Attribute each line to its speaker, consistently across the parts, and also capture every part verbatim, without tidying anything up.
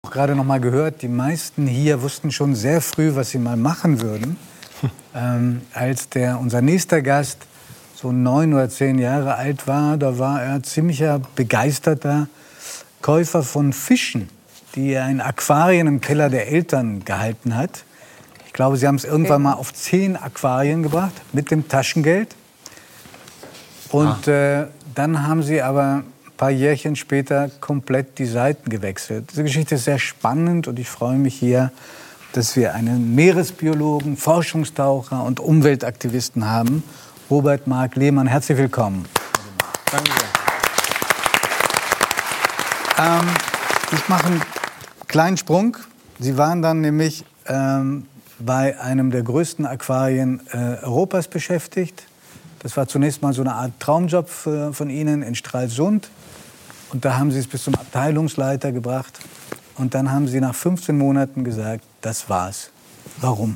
Speaker 1: gerade noch mal gehört, die meisten hier wussten schon sehr früh, was sie mal machen würden. ähm, als der, unser nächster Gast so neun oder zehn Jahre alt war, da war er ziemlicher begeisterter Käufer von Fischen, die er in Aquarien im Keller der Eltern gehalten hat. Ich glaube, sie haben es irgendwann mal auf zehn Aquarien gebracht mit dem Taschengeld. Und äh, dann haben sie aber ein paar Jährchen später komplett die Seiten gewechselt. Diese Geschichte ist sehr spannend und ich freue mich hier, dass wir einen Meeresbiologen, Forschungstaucher und Umweltaktivisten haben, Robert Marc Lehmann. Herzlich willkommen.
Speaker 2: Danke sehr.
Speaker 1: Ähm, ich mache einen kleinen Sprung. Sie waren dann nämlich ähm, bei einem der größten Aquarien äh, Europas beschäftigt. Das war zunächst mal so eine Art Traumjob für, von Ihnen in Stralsund. Und da haben Sie es bis zum Abteilungsleiter gebracht. Und dann haben Sie nach fünfzehn Monaten gesagt, das war's. Warum?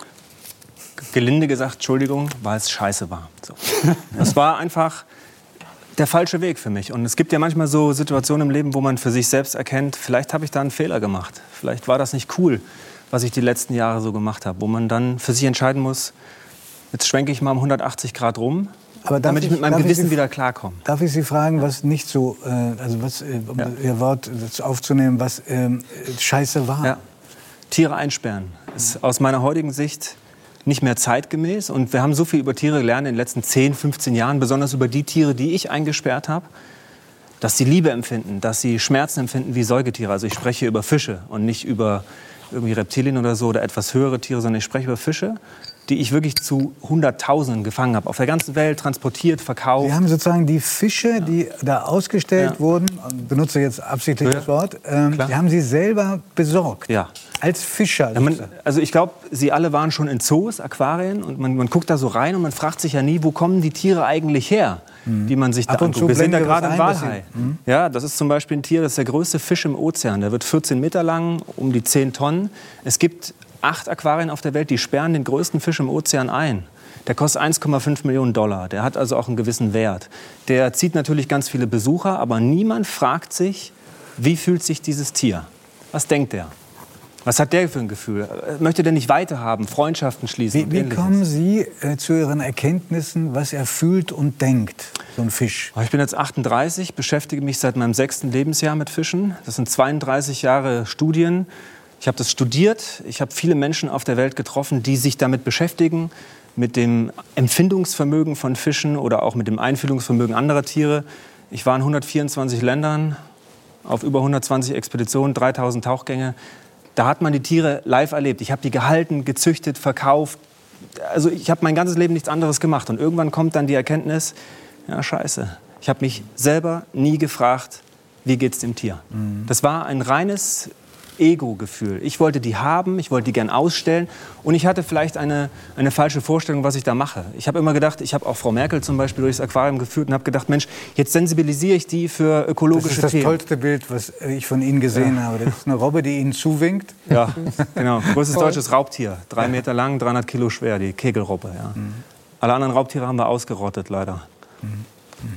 Speaker 2: Gelinde gesagt, Entschuldigung, weil es scheiße war. So. Das war einfach der falsche Weg für mich. Und es gibt ja manchmal so Situationen im Leben, wo man für sich selbst erkennt, vielleicht habe ich da einen Fehler gemacht. Vielleicht war das nicht cool, was ich die letzten Jahre so gemacht habe. Wo man dann für sich entscheiden muss, jetzt schwenke ich mal um hundertachtzig Grad rum,
Speaker 1: aber
Speaker 2: damit ich, ich mit meinem Gewissen
Speaker 1: Sie,
Speaker 2: wieder klarkomme.
Speaker 1: Darf ich Sie fragen, was nicht so, äh, also was, äh, um ja. Ihr Wort aufzunehmen, was ähm, scheiße war?
Speaker 2: Ja. Tiere einsperren ist aus meiner heutigen Sicht nicht mehr zeitgemäß. Und wir haben so viel über Tiere gelernt in den letzten zehn, fünfzehn Jahren, besonders über die Tiere, die ich eingesperrt habe, dass sie Liebe empfinden, dass sie Schmerzen empfinden wie Säugetiere. Also ich spreche über Fische und nicht über irgendwie Reptilien oder so oder etwas höhere Tiere, sondern ich spreche über Fische, die ich wirklich zu Hunderttausenden gefangen habe, auf der ganzen Welt transportiert, verkauft.
Speaker 1: Sie haben sozusagen die Fische, die da ausgestellt
Speaker 2: ja.
Speaker 1: wurden, ich benutze jetzt absichtlich ja. das Wort, ähm, die haben Sie selber besorgt,
Speaker 2: ja.
Speaker 1: als Fischer.
Speaker 2: Ja, man, also ich glaube, Sie alle waren schon in Zoos, Aquarien und man, man guckt da so rein und man fragt sich ja nie, wo kommen die Tiere eigentlich her, mhm. die man sich da anguckt. Wir sind da gerade im Walhai. Mhm. Ja, das ist zum Beispiel ein Tier, das ist der größte Fisch im Ozean. Der wird vierzehn Meter lang, um die zehn Tonnen. Es gibt acht Aquarien auf der Welt, die sperren den größten Fisch im Ozean ein. Der kostet eins Komma fünf Millionen Dollar. Der hat also auch einen gewissen Wert. Der zieht natürlich ganz viele Besucher, aber niemand fragt sich, wie fühlt sich dieses Tier? Was denkt der? Was hat der für ein Gefühl? Möchte der nicht weiterhaben, Freundschaften schließen?
Speaker 1: Wie, wie kommen Sie äh, zu Ihren Erkenntnissen, was er fühlt und denkt, so ein Fisch?
Speaker 2: Ich bin jetzt achtunddreißig, beschäftige mich seit meinem sechsten Lebensjahr mit Fischen. Das sind zweiunddreißig Jahre Studien. Ich habe das studiert. Ich habe viele Menschen auf der Welt getroffen, die sich damit beschäftigen, mit dem Empfindungsvermögen von Fischen oder auch mit dem Einfühlungsvermögen anderer Tiere. Ich war in hundertvierundzwanzig Ländern, auf über hundertzwanzig Expeditionen, dreitausend Tauchgänge. Da hat man die Tiere live erlebt. Ich habe die gehalten, gezüchtet, verkauft. Also ich habe mein ganzes Leben nichts anderes gemacht. Und irgendwann kommt dann die Erkenntnis, ja scheiße, ich habe mich selber nie gefragt, wie geht's dem Tier? Mhm. Das war ein reines Ego-Gefühl. Ich wollte die haben, ich wollte die gern ausstellen und ich hatte vielleicht eine, eine falsche Vorstellung, was ich da mache. Ich habe immer gedacht, ich habe auch Frau Merkel zum Beispiel durchs Aquarium geführt und habe gedacht, Mensch, jetzt sensibilisiere ich die für ökologische Themen.
Speaker 1: Das ist das
Speaker 2: Themen.
Speaker 1: tollste Bild, was ich von Ihnen gesehen ja. habe. Das ist eine Robbe, die Ihnen zuwinkt.
Speaker 2: Ja, genau. Größtes deutsches Raubtier. Drei Meter lang, dreihundert Kilo schwer, die Kegelrobbe. Ja. Mhm. Alle anderen Raubtiere haben wir ausgerottet, leider.
Speaker 1: Mhm. Mhm.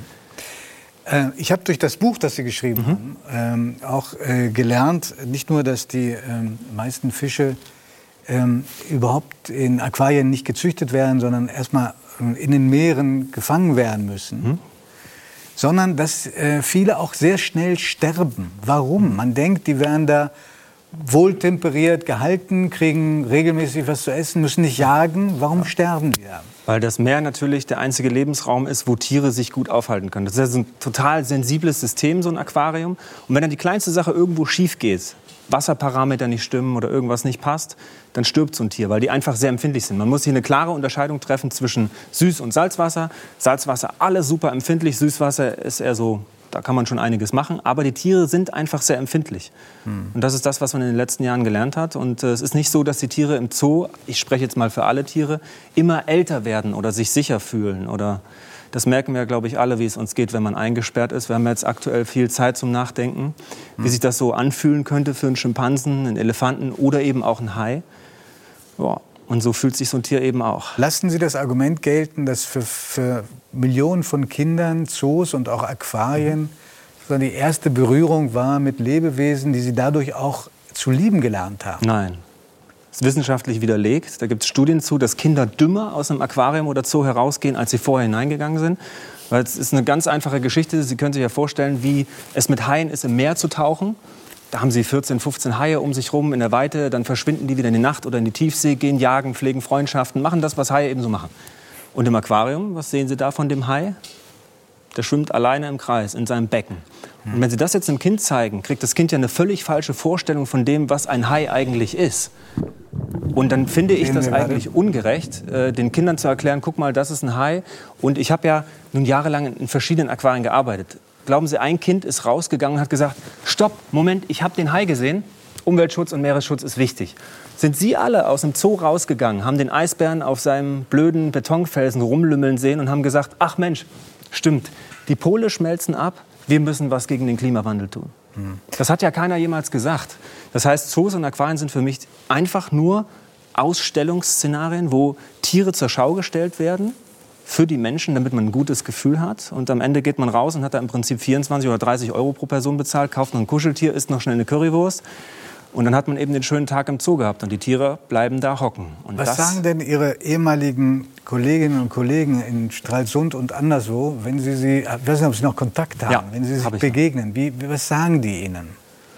Speaker 1: Ich habe durch das Buch, das Sie geschrieben mhm. haben, ähm, auch äh, gelernt, nicht nur, dass die ähm, meisten Fische ähm, überhaupt in Aquarien nicht gezüchtet werden, sondern erstmal in den Meeren gefangen werden müssen, mhm. sondern dass äh, viele auch sehr schnell sterben. Warum? Man denkt, die werden da wohltemperiert gehalten, kriegen regelmäßig was zu essen, müssen nicht jagen. Warum ja. sterben die da?
Speaker 2: Weil das Meer natürlich der einzige Lebensraum ist, wo Tiere sich gut aufhalten können. Das ist ein total sensibles System, so ein Aquarium. Und wenn dann die kleinste Sache irgendwo schief geht, Wasserparameter nicht stimmen oder irgendwas nicht passt, dann stirbt so ein Tier, weil die einfach sehr empfindlich sind. Man muss hier eine klare Unterscheidung treffen zwischen Süß- und Salzwasser. Salzwasser, alles super empfindlich. Süßwasser ist eher so, da kann man schon einiges machen. Aber die Tiere sind einfach sehr empfindlich. Hm. Und das ist das, was man in den letzten Jahren gelernt hat. Und äh, es ist nicht so, dass die Tiere im Zoo, ich spreche jetzt mal für alle Tiere, immer älter werden oder sich sicher fühlen. Oder das merken wir, glaube ich, alle, wie es uns geht, wenn man eingesperrt ist. Wir haben jetzt aktuell viel Zeit zum Nachdenken, hm. wie sich das so anfühlen könnte für einen Schimpansen, einen Elefanten oder eben auch einen Hai. Ja. Und so fühlt sich so ein Tier eben auch.
Speaker 1: Lassen Sie das Argument gelten, dass für, für Millionen von Kindern Zoos und auch Aquarien mhm. die erste Berührung war mit Lebewesen, die sie dadurch auch zu lieben gelernt haben.
Speaker 2: Nein. Das ist wissenschaftlich widerlegt. Da gibt es Studien zu, dass Kinder dümmer aus einem Aquarium oder Zoo herausgehen, als sie vorher hineingegangen sind. Weil es ist eine ganz einfache Geschichte. Sie können sich ja vorstellen, wie es mit Haien ist, im Meer zu tauchen. Da haben sie vierzehn, fünfzehn Haie um sich rum in der Weite. Dann verschwinden die wieder in die Nacht oder in die Tiefsee, gehen jagen, pflegen Freundschaften, machen das, was Haie eben so machen. Und im Aquarium, was sehen Sie da von dem Hai? Der schwimmt alleine im Kreis, in seinem Becken. Und wenn Sie das jetzt einem Kind zeigen, kriegt das Kind ja eine völlig falsche Vorstellung von dem, was ein Hai eigentlich ist. Und dann finde ich das eigentlich ungerecht, äh, den Kindern zu erklären, guck mal, das ist ein Hai. Und ich habe ja nun jahrelang in verschiedenen Aquarien gearbeitet. Glauben Sie, ein Kind ist rausgegangen und hat gesagt, stopp, Moment, ich habe den Hai gesehen. Umweltschutz und Meeresschutz ist wichtig. Sind Sie alle aus dem Zoo rausgegangen, haben den Eisbären auf seinem blöden Betonfelsen rumlümmeln sehen und haben gesagt, ach Mensch, stimmt, die Pole schmelzen ab, wir müssen was gegen den Klimawandel tun. Hm. Das hat ja keiner jemals gesagt. Das heißt, Zoos und Aquarien sind für mich einfach nur Ausstellungsszenarien, wo Tiere zur Schau gestellt werden für die Menschen, damit man ein gutes Gefühl hat. Und am Ende geht man raus und hat da im Prinzip vierundzwanzig oder dreißig Euro pro Person bezahlt, kauft noch ein Kuscheltier, isst noch schnell eine Currywurst. Und dann hat man eben den schönen Tag im Zoo gehabt und die Tiere bleiben da hocken. Und
Speaker 1: Was
Speaker 2: das
Speaker 1: sagen denn Ihre ehemaligen Kolleginnen und Kollegen in Stralsund und anderswo, wenn Sie sie, ich weiß nicht, ob Sie noch Kontakt haben,
Speaker 2: Ja,
Speaker 1: wenn Sie sich
Speaker 2: hab ich
Speaker 1: begegnen? Wie, was sagen die Ihnen?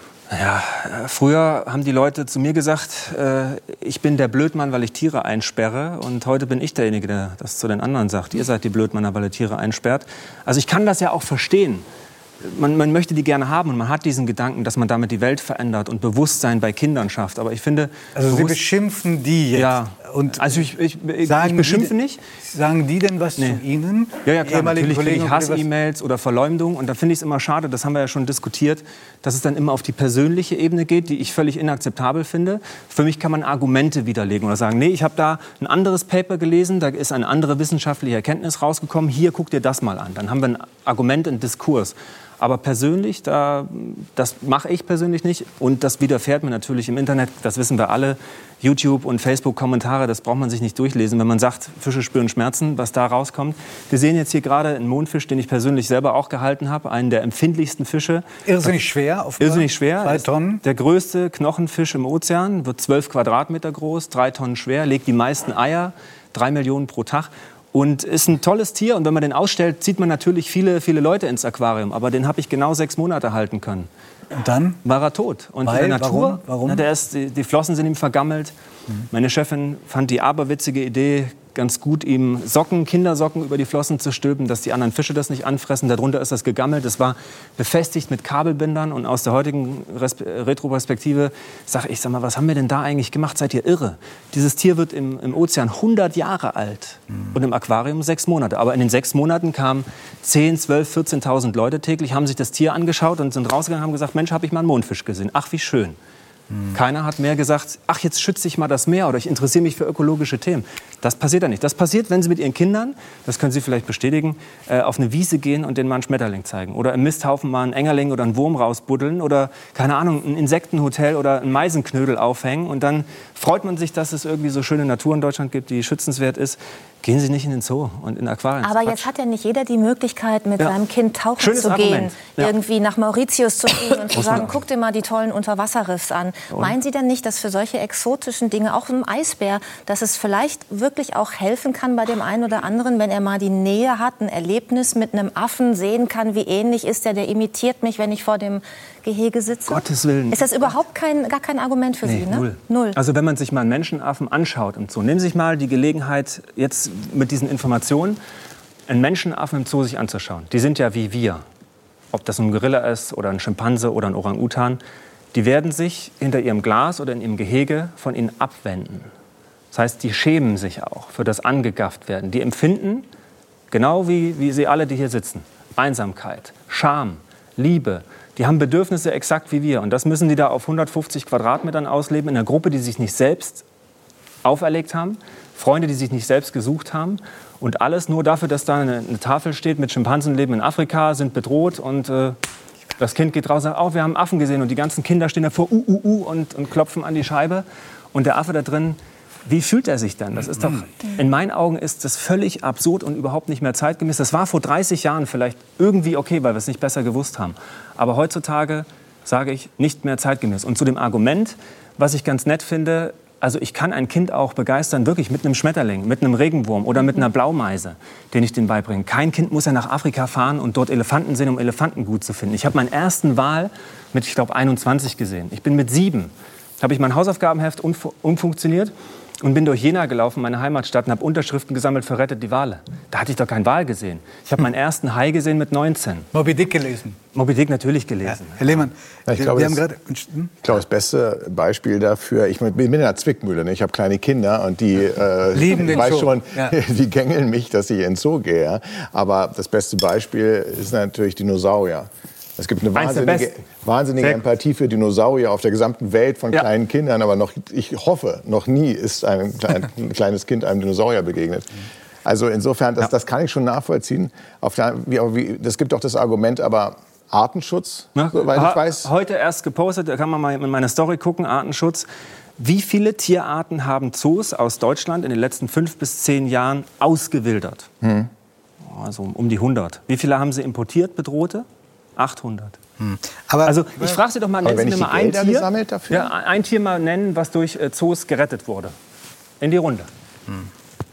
Speaker 2: Ja, äh, früher haben die Leute zu mir gesagt, äh, ich bin der Blödmann, weil ich Tiere einsperre. Und heute bin ich derjenige, der das zu den anderen sagt. Ihr seid die Blödmänner, weil ihr Tiere einsperrt. Also ich kann das ja auch verstehen. Man, man möchte die gerne haben und man hat diesen Gedanken, dass man damit die Welt verändert und Bewusstsein bei Kindern schafft. Aber ich finde...
Speaker 1: Also Sie beschimpfen die jetzt?
Speaker 2: Ja,
Speaker 1: und
Speaker 2: also ich, ich, ich, ich beschimpfe
Speaker 1: die,
Speaker 2: nicht.
Speaker 1: Sagen die denn was
Speaker 2: Nee.
Speaker 1: zu Ihnen?
Speaker 2: Ja, ja, klar, natürlich kriege ich
Speaker 1: Kollegen
Speaker 2: Hass-E-Mails oder Verleumdung. Und da finde ich es immer schade, das haben wir ja schon diskutiert, dass es dann immer auf die persönliche Ebene geht, die ich völlig inakzeptabel finde. Für mich kann man Argumente widerlegen oder sagen, nee, ich habe da ein anderes Paper gelesen, da ist eine andere wissenschaftliche Erkenntnis rausgekommen, hier, guck dir das mal an. Dann haben wir ein Argument, einen Diskurs. Aber persönlich, da, das mache ich persönlich nicht. Und das widerfährt mir natürlich im Internet, das wissen wir alle. YouTube und Facebook-Kommentare, das braucht man sich nicht durchlesen. Wenn man sagt, Fische spüren Schmerzen, was da rauskommt. Wir sehen jetzt hier gerade einen Mondfisch, den ich persönlich selber auch gehalten habe. Einen der empfindlichsten Fische.
Speaker 1: Irrsinnig schwer? Auf
Speaker 2: Irrsinnig schwer.
Speaker 1: Zwei Tonnen?
Speaker 2: Der größte Knochenfisch im Ozean, wird zwölf Quadratmeter groß, drei Tonnen schwer, legt die meisten Eier, drei Millionen pro Tag. Und ist ein tolles Tier. Und wenn man den ausstellt, zieht man natürlich viele, viele Leute ins Aquarium. Aber den habe ich genau sechs Monate halten können.
Speaker 1: Und dann?
Speaker 2: War er tot. Und
Speaker 1: Weil?
Speaker 2: in der Natur,
Speaker 1: Warum? Warum?
Speaker 2: Na, der ist, die, die Flossen sind ihm vergammelt. Mhm. Meine Chefin fand die aberwitzige Idee ganz gut, ihm Socken, Kindersocken über die Flossen zu stülpen, dass die anderen Fische das nicht anfressen. Darunter ist das gegammelt. Das war befestigt mit Kabelbindern. Und aus der heutigen Respe- Retroperspektive sage ich, sag mal, was haben wir denn da eigentlich gemacht? Seid ihr irre? Dieses Tier wird im, im Ozean hundert Jahre alt mhm. und im Aquarium sechs Monate. Aber in den sechs Monaten kamen zehn, zwölf, vierzehntausend Leute täglich, haben sich das Tier angeschaut und sind rausgegangen und haben gesagt, Mensch, habe ich mal einen Mondfisch gesehen. Ach, wie schön. Hm. Keiner hat mehr gesagt, ach, jetzt schütze ich mal das Meer oder ich interessiere mich für ökologische Themen. Das passiert ja nicht. Das passiert, wenn Sie mit Ihren Kindern, das können Sie vielleicht bestätigen, äh, auf eine Wiese gehen und denen mal einen Schmetterling zeigen. Oder im Misthaufen mal einen Engerling oder einen Wurm rausbuddeln. Oder, keine Ahnung, ein Insektenhotel oder einen Meisenknödel aufhängen. Und dann freut man sich, dass es irgendwie so schöne Natur in Deutschland gibt, die schützenswert ist. Gehen Sie nicht in den Zoo und in Aquarien.
Speaker 3: Aber jetzt hat ja nicht jeder die Möglichkeit, mit ja. seinem Kind tauchen
Speaker 2: Schönes
Speaker 3: zu
Speaker 2: Argument.
Speaker 3: gehen,
Speaker 2: Ja.
Speaker 3: irgendwie nach Mauritius zu fliegen und zu sagen, guck dir mal die tollen Unterwasserriffs an. Und? Meinen Sie denn nicht, dass für solche exotischen Dinge, auch im Eisbär, dass es vielleicht wirklich auch helfen kann bei dem einen oder anderen, wenn er mal die Nähe hat, ein Erlebnis mit einem Affen, sehen kann, wie ähnlich ist der, der imitiert mich, wenn ich vor dem Gehege sitze?
Speaker 2: Gottes Willen.
Speaker 3: Ist das überhaupt kein, gar kein Argument für
Speaker 2: nee,
Speaker 3: Sie? Ne?
Speaker 2: Null.
Speaker 3: Null.
Speaker 2: Also wenn man sich mal einen Menschenaffen anschaut im Zoo, nehmen Sie sich mal die Gelegenheit, jetzt mit diesen Informationen einen Menschenaffen im Zoo sich anzuschauen. Die sind ja wie wir. Ob das ein Gorilla ist oder ein Schimpanse oder ein Orang-Utan. Die werden sich hinter ihrem Glas oder in ihrem Gehege von ihnen abwenden. Das heißt, die schämen sich auch für das angegafft werden. Die empfinden, genau wie, wie Sie alle, die hier sitzen, Einsamkeit, Scham, Liebe. Die haben Bedürfnisse exakt wie wir. Und das müssen die da auf hundertfünfzig Quadratmetern ausleben, in einer Gruppe, die sich nicht selbst auferlegt haben, Freunde, die sich nicht selbst gesucht haben. Und alles nur dafür, dass da eine, eine Tafel steht mit Schimpansen leben in Afrika, sind bedroht. Und äh, das Kind geht raus und sagt, oh, wir haben einen Affen gesehen. Und die ganzen Kinder stehen davor, uh, uh, uh, und, und klopfen an die Scheibe. Und der Affe da drin, wie fühlt er sich dann? Das ist doch, in meinen Augen ist das völlig absurd und überhaupt nicht mehr zeitgemäß. Das war vor dreißig Jahren vielleicht irgendwie okay, weil wir es nicht besser gewusst haben. Aber heutzutage sage ich, nicht mehr zeitgemäß. Und zu dem Argument, was ich ganz nett finde, also ich kann ein Kind auch begeistern, wirklich mit einem Schmetterling, mit einem Regenwurm oder mit einer Blaumeise, den ich denen beibringe. Kein Kind muss ja nach Afrika fahren und dort Elefanten sehen, um Elefanten gut zu finden. Ich habe meinen ersten Wal mit, ich glaube, einundzwanzig gesehen. Ich bin mit sieben, habe ich mein Hausaufgabenheft umfu- umfunktioniert und bin durch Jena gelaufen, meine Heimatstadt, und habe Unterschriften gesammelt für Rettet die Wale. Da hatte ich doch keinen Wal gesehen. Ich habe meinen ersten Hai gesehen mit neunzehn.
Speaker 1: Moby Dick gelesen.
Speaker 2: Moby Dick natürlich gelesen.
Speaker 1: Ja. Herr Lehmann,
Speaker 4: ja, ich
Speaker 1: wir,
Speaker 4: glaube,
Speaker 1: wir haben
Speaker 4: das,
Speaker 1: gerade... Hm?
Speaker 4: ich glaube, das beste Beispiel dafür, ich bin in einer Zwickmühle, ne? Ich habe kleine Kinder und die, äh,
Speaker 1: Lieben
Speaker 4: ich
Speaker 1: den
Speaker 4: weiß
Speaker 1: Zoo.
Speaker 4: schon,
Speaker 1: Ja.
Speaker 4: die gängeln mich, dass ich in den Zoo gehe. Ja? Aber das beste Beispiel ist natürlich Dinosaurier. Es gibt eine wahnsinnige, wahnsinnige Empathie für Dinosaurier auf der gesamten Welt von
Speaker 2: ja.
Speaker 4: kleinen Kindern. Aber noch, ich hoffe, noch nie ist ein, klein, ein kleines Kind einem Dinosaurier begegnet. Also insofern, das, ja. das kann ich schon nachvollziehen. Auf der, wie, wie, das gibt auch das Argument, aber Artenschutz,
Speaker 2: ja,
Speaker 4: soweit ich weiß.
Speaker 2: Heute erst gepostet, da kann man mal in meine Story gucken, Artenschutz. Wie viele Tierarten haben Zoos aus Deutschland in den letzten fünf bis zehn Jahren ausgewildert? Hm. Also um die hundert. Wie viele haben sie importiert, bedrohte? achthundert. Hm. Aber also ich frage Sie doch mal, nennen Sie mir mal ein Tier, ja, ein Tier mal nennen, was durch äh, Zoos gerettet wurde. In die Runde.
Speaker 1: Hm.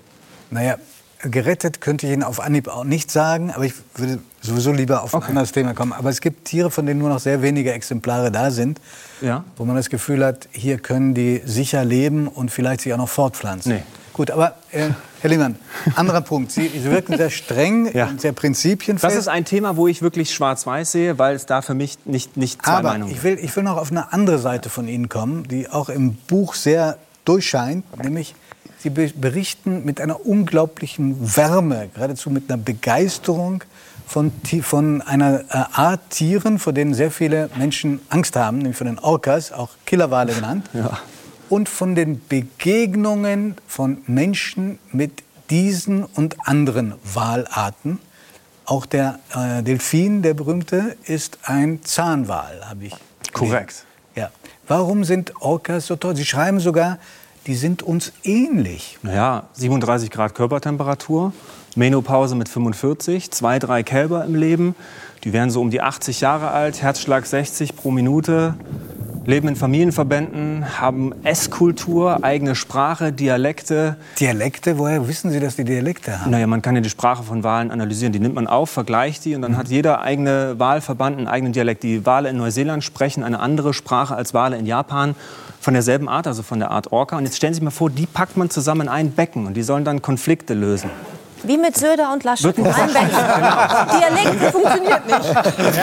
Speaker 1: Naja, gerettet könnte ich Ihnen auf Anhieb auch nicht sagen, aber ich würde sowieso lieber auf okay. ein anderes Thema kommen. Aber es gibt Tiere, von denen nur noch sehr wenige Exemplare da sind, ja. wo man das Gefühl hat, hier können die sicher leben und vielleicht sich auch noch fortpflanzen. Nee. Gut, aber äh, Herr Lehmann, anderer Punkt. Sie, Sie wirken sehr streng, ja. sehr prinzipienfest.
Speaker 2: Das ist ein Thema, wo ich wirklich schwarz-weiß sehe, weil es da für mich nicht, nicht zwei
Speaker 1: aber
Speaker 2: Meinungen gibt.
Speaker 1: Ich will, ich will noch auf eine andere Seite von Ihnen kommen, die auch im Buch sehr durchscheint, nämlich Sie berichten mit einer unglaublichen Wärme, geradezu mit einer Begeisterung von, von einer Art Tieren, vor denen sehr viele Menschen Angst haben, nämlich von den Orcas, auch Killerwale genannt. Ja. Und von den Begegnungen von Menschen mit diesen und anderen Walarten. Auch der äh, Delfin, der berühmte, ist ein Zahnwal, habe ich gelesen.
Speaker 2: Korrekt.
Speaker 1: Ja. Warum sind Orcas so toll? Sie schreiben sogar, die sind uns ähnlich.
Speaker 2: Naja, siebenunddreißig Grad Körpertemperatur, Menopause mit fünfundvierzig, zwei, drei Kälber im Leben. Die werden so um die achtzig Jahre alt, Herzschlag sechzig pro Minute. Leben in Familienverbänden, haben Esskultur, eigene Sprache, Dialekte.
Speaker 1: Dialekte? Woher wissen Sie, dass die Dialekte haben?
Speaker 2: Naja, man kann ja die Sprache von Walen analysieren. Die nimmt man auf, vergleicht die und dann mhm. hat jeder eigene Walverband einen eigenen Dialekt. Die Wale in Neuseeland sprechen eine andere Sprache als Wale in Japan von derselben Art, also von der Art Orca. Und jetzt stellen Sie sich mal vor, die packt man zusammen in ein Becken und die sollen dann Konflikte lösen.
Speaker 3: Wie mit Söder und Laschet in einem Becken. Dialekt funktioniert nicht.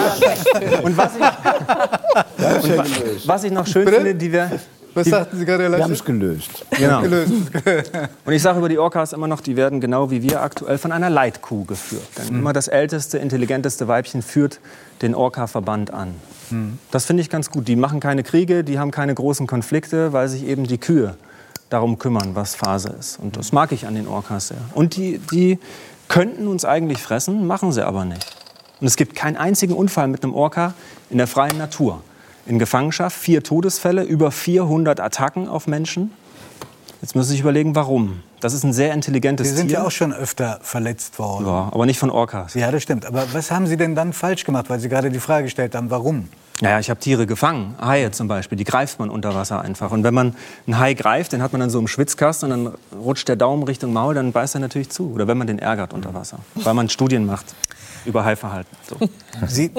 Speaker 2: Ja. Und, was ich, und wa was ich noch schön Bitte? finde, die wir...
Speaker 1: Was
Speaker 2: die,
Speaker 1: sagten Sie gerade, Herr Laschet?
Speaker 4: Wir haben es gelöst.
Speaker 2: Genau. Und ich sage über die Orcas immer noch, die werden genau wie wir aktuell von einer Leitkuh geführt. Denn mhm. immer das älteste, intelligenteste Weibchen führt den Orca-Verband an. Mhm. Das finde ich ganz gut. Die machen keine Kriege, die haben keine großen Konflikte, weil sich eben die Kühe darum kümmern, was Phase ist. Und das mag ich an den Orcas sehr. Und die, die könnten uns eigentlich fressen, machen sie aber nicht. Und es gibt keinen einzigen Unfall mit einem Orca in der freien Natur. In Gefangenschaft, vier Todesfälle, über vierhundert Attacken auf Menschen. Jetzt müssen Sie sich überlegen, warum. Das ist ein sehr intelligentes Tier.
Speaker 1: Sie sind Tier. ja auch schon öfter verletzt worden.
Speaker 2: Ja, aber nicht von Orcas.
Speaker 1: Ja, das stimmt. Aber was haben Sie denn dann falsch gemacht, weil Sie gerade die Frage gestellt haben, warum?
Speaker 2: Naja, ich habe Tiere gefangen, Haie zum Beispiel, die greift man unter Wasser einfach. Und wenn man einen Hai greift, den hat man dann so im Schwitzkasten und dann rutscht der Daumen Richtung Maul, dann beißt er natürlich zu. Oder wenn man den ärgert unter Wasser, weil man Studien macht über Haiverhalten. So.
Speaker 1: Sie,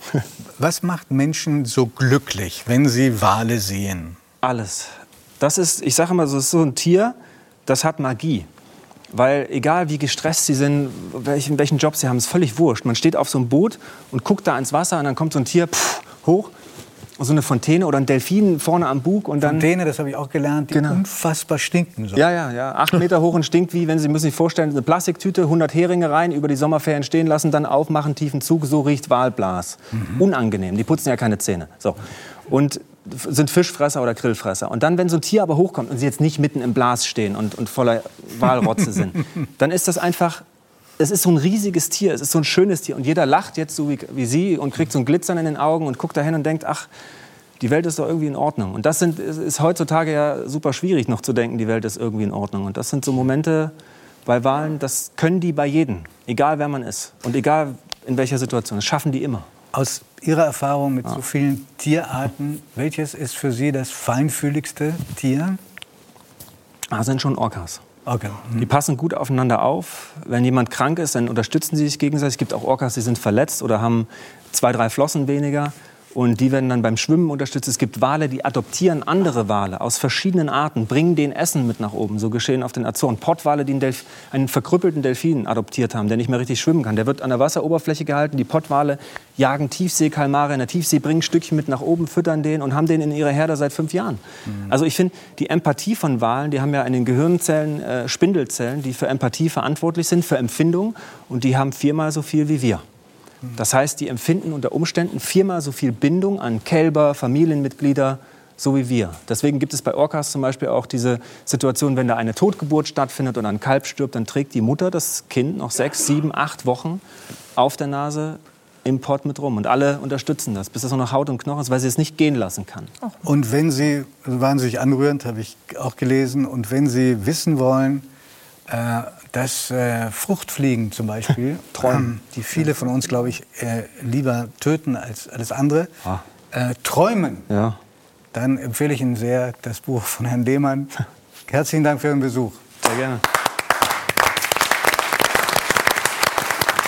Speaker 1: was macht Menschen so glücklich, wenn sie Wale sehen?
Speaker 2: Alles. Das ist, ich sage immer, so ist so ein Tier, das hat Magie. Weil egal wie gestresst sie sind, welchen, welchen Job sie haben, ist völlig wurscht. Man steht auf so einem Boot und guckt da ins Wasser und dann kommt so ein Tier pff, hoch, so eine Fontäne oder ein Delfin vorne am Bug. Und dann,
Speaker 1: Fontäne, das habe ich auch gelernt, die genau. unfassbar stinken. So.
Speaker 2: Ja, ja, ja. Acht Meter hoch und stinkt wie, wenn Sie müssen sich vorstellen, eine Plastiktüte, hundert Heringe rein, über die Sommerferien stehen lassen, dann aufmachen, tiefen Zug, so riecht Walblas. Mhm. Unangenehm, die putzen ja keine Zähne. So. Und sind Fischfresser oder Grillfresser. Und dann, wenn so ein Tier aber hochkommt und sie jetzt nicht mitten im Blas stehen und, und voller Walrotze sind, dann ist das einfach, es ist so ein riesiges Tier, es ist so ein schönes Tier. Und jeder lacht jetzt so wie, wie Sie und kriegt so ein Glitzern in den Augen und guckt dahin und denkt, ach, die Welt ist doch irgendwie in Ordnung. Und das sind, ist heutzutage ja super schwierig noch zu denken, die Welt ist irgendwie in Ordnung. Und das sind so Momente bei Wahlen, das können die bei jedem, egal wer man ist und egal in welcher Situation, das schaffen die immer.
Speaker 1: Aus Ihrer Erfahrung mit ja. so vielen Tierarten, welches ist für Sie das feinfühligste Tier?
Speaker 2: Das sind schon Orcas.
Speaker 1: Okay. Mhm.
Speaker 2: Die passen gut aufeinander auf. Wenn jemand krank ist, dann unterstützen sie sich gegenseitig. Es gibt auch Orcas, die sind verletzt oder haben zwei, drei Flossen weniger. Und die werden dann beim Schwimmen unterstützt. Es gibt Wale, die adoptieren andere Wale aus verschiedenen Arten, bringen denen Essen mit nach oben. So geschehen auf den Azoren. Pottwale, die einen, Delf- einen verkrüppelten Delfin adoptiert haben, der nicht mehr richtig schwimmen kann. Der wird an der Wasseroberfläche gehalten. Die Pottwale jagen Tiefseekalmare in der Tiefsee, bringen ein Stückchen mit nach oben, füttern den und haben den in ihrer Herde seit fünf Jahren. Mhm. Also ich finde, die Empathie von Walen, die haben ja in den Gehirnzellen äh, Spindelzellen, die für Empathie verantwortlich sind, für Empfindung. Und die haben viermal so viel wie wir. Das heißt, die empfinden unter Umständen viermal so viel Bindung an Kälber, Familienmitglieder, so wie wir. Deswegen gibt es bei Orcas zum Beispiel auch diese Situation, wenn da eine Totgeburt stattfindet und ein Kalb stirbt, dann trägt die Mutter das Kind noch sechs, sieben, acht Wochen auf der Nase im Pott mit rum. Und alle unterstützen das, bis das noch Haut und Knochen ist, weil sie es nicht gehen lassen kann.
Speaker 1: Und wenn Sie, wahnsinnig anrührend, habe ich auch gelesen, und wenn Sie wissen wollen, äh, dass äh, Fruchtfliegen zum Beispiel, ähm, die viele von uns, glaube ich, äh, lieber töten als alles andere, ah. äh, träumen,
Speaker 2: ja.
Speaker 1: dann empfehle ich Ihnen sehr das Buch von Herrn Lehmann. Herzlichen Dank für Ihren Besuch.
Speaker 2: Sehr gerne.